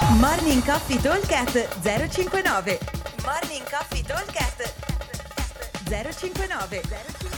Morning Coffee Talkcast 059. Morning Coffee Talkcast 059.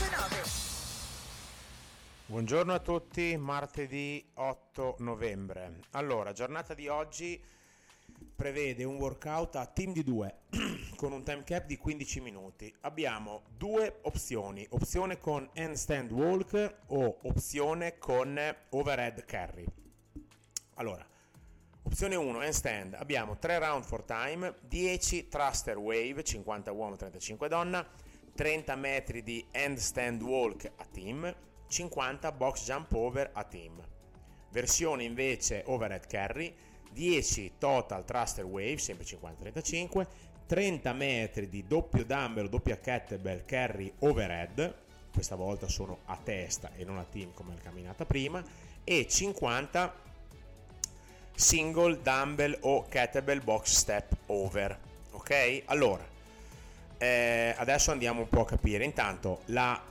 Buongiorno a tutti, martedì 8 novembre. Allora, giornata di oggi prevede un workout a team di 2 con un time cap di 15 minuti. Abbiamo due opzioni: opzione con handstand walk o opzione con overhead carry. Allora, opzione 1, handstand, abbiamo 3 round for time, 10 thruster wave, 50 uomo, 35 donna, 30 metri di handstand walk a team, 50 box jump over a team. Versione invece overhead carry, 10 total thruster wave, sempre 50-35, 30 metri di doppio dumbbell o doppia kettlebell carry overhead, questa volta sono a testa e non a team come la camminata prima, e 50 single dumbbell o kettlebell box step over. Ok? Allora, adesso andiamo un po' a capire. Intanto la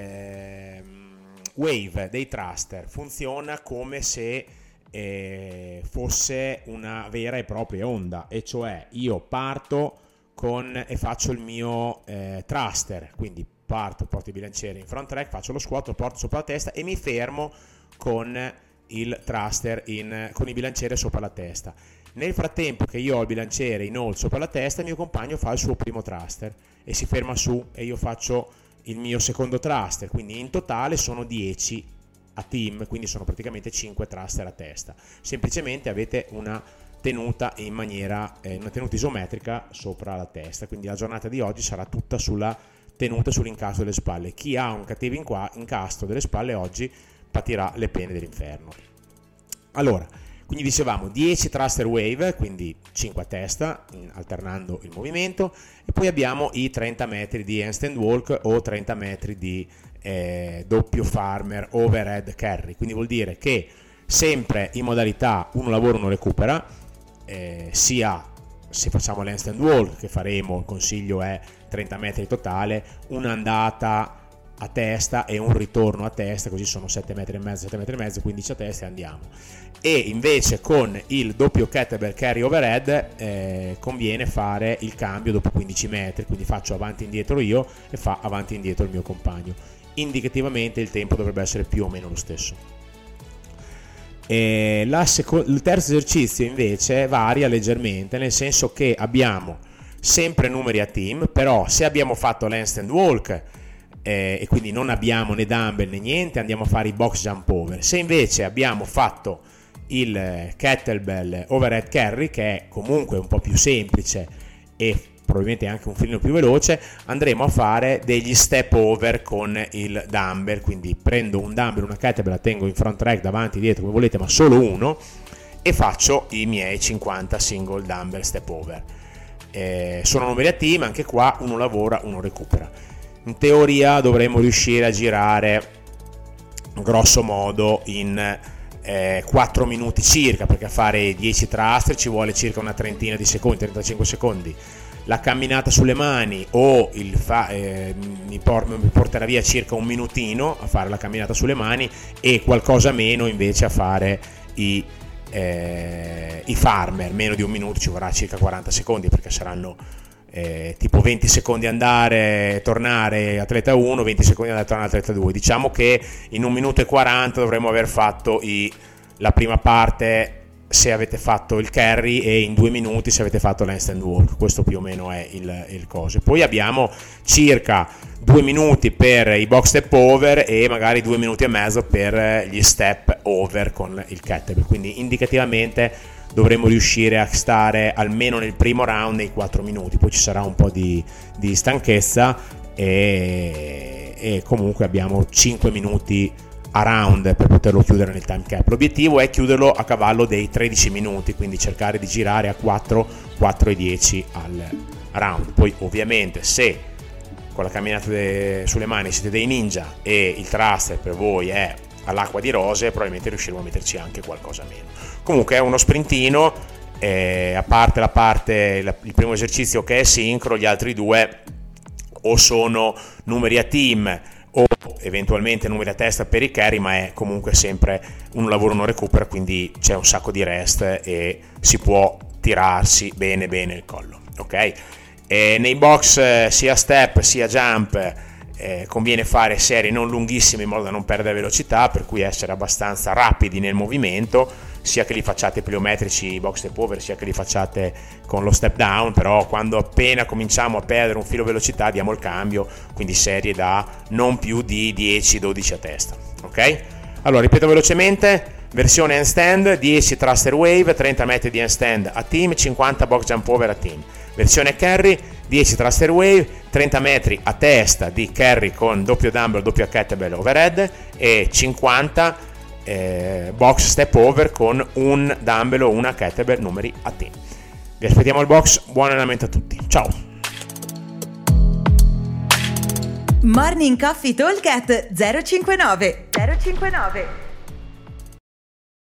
wave dei thruster funziona come se fosse una vera e propria onda, e cioè io parto e faccio il mio thruster, quindi porto il bilanciere in front rack, faccio lo squat, lo porto sopra la testa e mi fermo con il thruster con il bilanciere sopra la testa. Nel frattempo che io ho il bilanciere in hold sopra la testa, il mio compagno fa il suo primo thruster e si ferma su e io faccio il mio secondo thruster, quindi in totale sono 10 a team, quindi sono praticamente 5 thruster a testa. Semplicemente avete una tenuta una tenuta isometrica sopra la testa, quindi la giornata di oggi sarà tutta sulla tenuta, sull'incastro delle spalle. Chi ha un cattivo incastro delle spalle oggi patirà le pene dell'inferno. Allora, quindi dicevamo 10 thruster wave, quindi 5 a testa, alternando il movimento, e poi abbiamo i 30 metri di handstand walk o 30 metri di doppio farmer overhead carry, quindi vuol dire che sempre in modalità uno lavora uno recupera, sia se facciamo l'handstand walk che faremo, il consiglio è 30 metri totale, un'andata a testa e un ritorno a testa, così sono 7 metri e mezzo, 15 a testa e andiamo. E invece con il doppio kettlebell carry overhead conviene fare il cambio dopo 15 metri, quindi faccio avanti e indietro io e fa avanti e indietro il mio compagno. Indicativamente il tempo dovrebbe essere più o meno lo stesso. Il terzo esercizio invece varia leggermente, nel senso che abbiamo sempre numeri a team, però se abbiamo fatto l'handstand walk e quindi non abbiamo né dumbbell né niente, andiamo a fare i box jump over. Se invece abbiamo fatto il kettlebell overhead carry, che è comunque un po' più semplice e probabilmente anche un filino più veloce, andremo a fare degli step over con il dumbbell, quindi prendo un dumbbell, una kettlebell, la tengo in front rack, davanti, dietro, come volete, ma solo uno, e faccio i miei 50 single dumbbell step over. Sono numeri a team, anche qua uno lavora, uno recupera. In teoria dovremmo riuscire a girare grosso modo in 4 minuti circa, perché a fare 10 thruster ci vuole circa una trentina di secondi, 35 secondi. La camminata sulle mani mi porterà via circa un minutino a fare la camminata sulle mani, e qualcosa meno invece a fare i farmer, meno di un minuto, ci vorrà circa 40 secondi, perché saranno tipo 20 secondi andare, tornare atleta 1, 20 secondi andare, tornare atleta 2. Diciamo che in 1 minuto e 40 dovremmo aver fatto la prima parte se avete fatto il carry, e in 2 minuti se avete fatto l'handstand walk. Questo più o meno è il coso. Poi abbiamo circa 2 minuti per i box step over e magari 2 minuti e mezzo per gli step over con il kettlebell, quindi indicativamente dovremmo riuscire a stare almeno nel primo round nei 4 minuti. Poi ci sarà un po' di stanchezza e comunque abbiamo 5 minuti a round per poterlo chiudere nel time cap. L'obiettivo è chiuderlo a cavallo dei 13 minuti, quindi cercare di girare a 4 e 10 al round. Poi ovviamente se con la camminata sulle mani siete dei ninja e il thruster per voi è all'acqua di rose, probabilmente riusciremo a metterci anche qualcosa meno. Comunque è uno sprintino, a parte il primo esercizio che è sincro, gli altri due o sono numeri a team o eventualmente numeri a testa per i carry, ma è comunque sempre un lavoro non recupera, quindi c'è un sacco di rest e si può tirarsi bene il collo, ok? Nei box sia step sia jump conviene fare serie non lunghissime in modo da non perdere velocità, per cui essere abbastanza rapidi nel movimento, sia che li facciate pliometrici box step over sia che li facciate con lo step down. Però quando appena cominciamo a perdere un filo velocità diamo il cambio, quindi serie da non più di 10-12 a testa, ok? Allora ripeto velocemente: versione handstand 10 thruster wave, 30 metri di handstand a team, 50 box jump over a team. Versione carry 10 thruster wave, 30 metri a testa di carry con doppio dumbbell, doppio kettlebell overhead e 50 box step over con un dumbbell o una kettlebell numeri a team. Vi aspettiamo al box, buon allenamento a tutti, ciao! Morning Coffee Talk at 059.